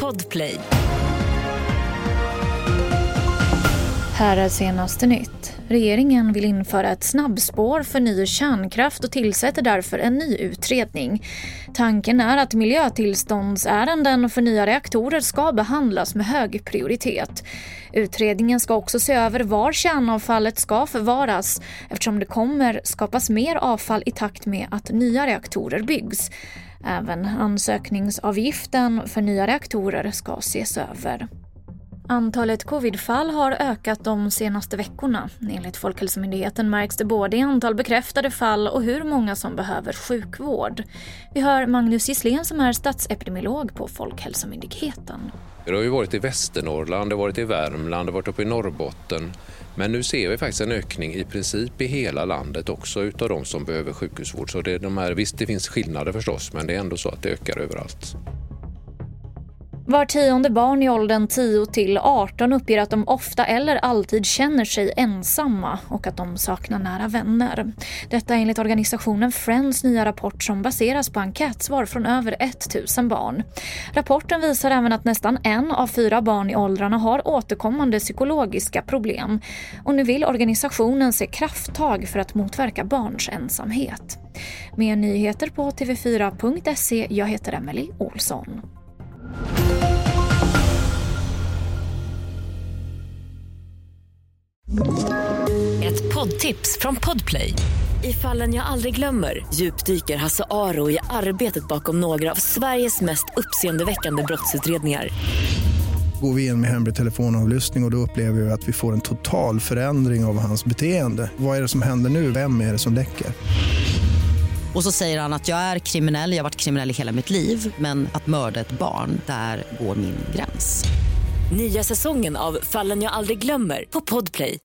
Podplay. Här är senaste nytt. Regeringen vill införa ett snabbspår för ny kärnkraft och tillsätter därför en ny utredning. Tanken är att miljötillståndsärenden för nya reaktorer ska behandlas med hög prioritet. Utredningen ska också se över var kärnavfallet ska förvaras eftersom det kommer skapas mer avfall i takt med att nya reaktorer byggs. Även ansökningsavgiften för nya reaktorer ska ses över. Antalet covidfall har ökat de senaste veckorna. Enligt Folkhälsomyndigheten märks det både i antal bekräftade fall och hur många som behöver sjukvård. Vi hör Magnus Gisslén som är statsepidemiolog på Folkhälsomyndigheten. Det har ju varit i Västernorrland, det har varit i Värmland, det har varit uppe i Norrbotten. Men nu ser vi faktiskt en ökning i princip i hela landet också utav de som behöver sjukhusvård. Så det är de här, visst det finns skillnader förstås, men det är ändå så att det ökar överallt. Var 10:e barn i åldern 10 till 18 uppger att de ofta eller alltid känner sig ensamma och att de saknar nära vänner. Detta är enligt organisationen Friends nya rapport som baseras på enkätsvar från över 1000 barn. Rapporten visar även att nästan 1 av 4 barn i åldrarna har återkommande psykologiska problem. Och nu vill organisationen se krafttag för att motverka barns ensamhet. Mer nyheter på tv4.se. Jag heter Emily Olsson. Ett poddtips från Podplay. I Fallen jag aldrig glömmer djupdyker Hasse Aro i arbetet bakom några av Sveriges mest uppseendeväckande brottsutredningar. Går vi in med hemlig telefonavlyssning och då upplever vi att vi får en total förändring av hans beteende. Vad är det som händer nu? Vem är det som läcker? Och så säger han att jag är kriminell, jag har varit kriminell i hela mitt liv. Men att mörda ett barn, där går min gräns. Nya säsongen av Fallen jag aldrig glömmer på Podplay.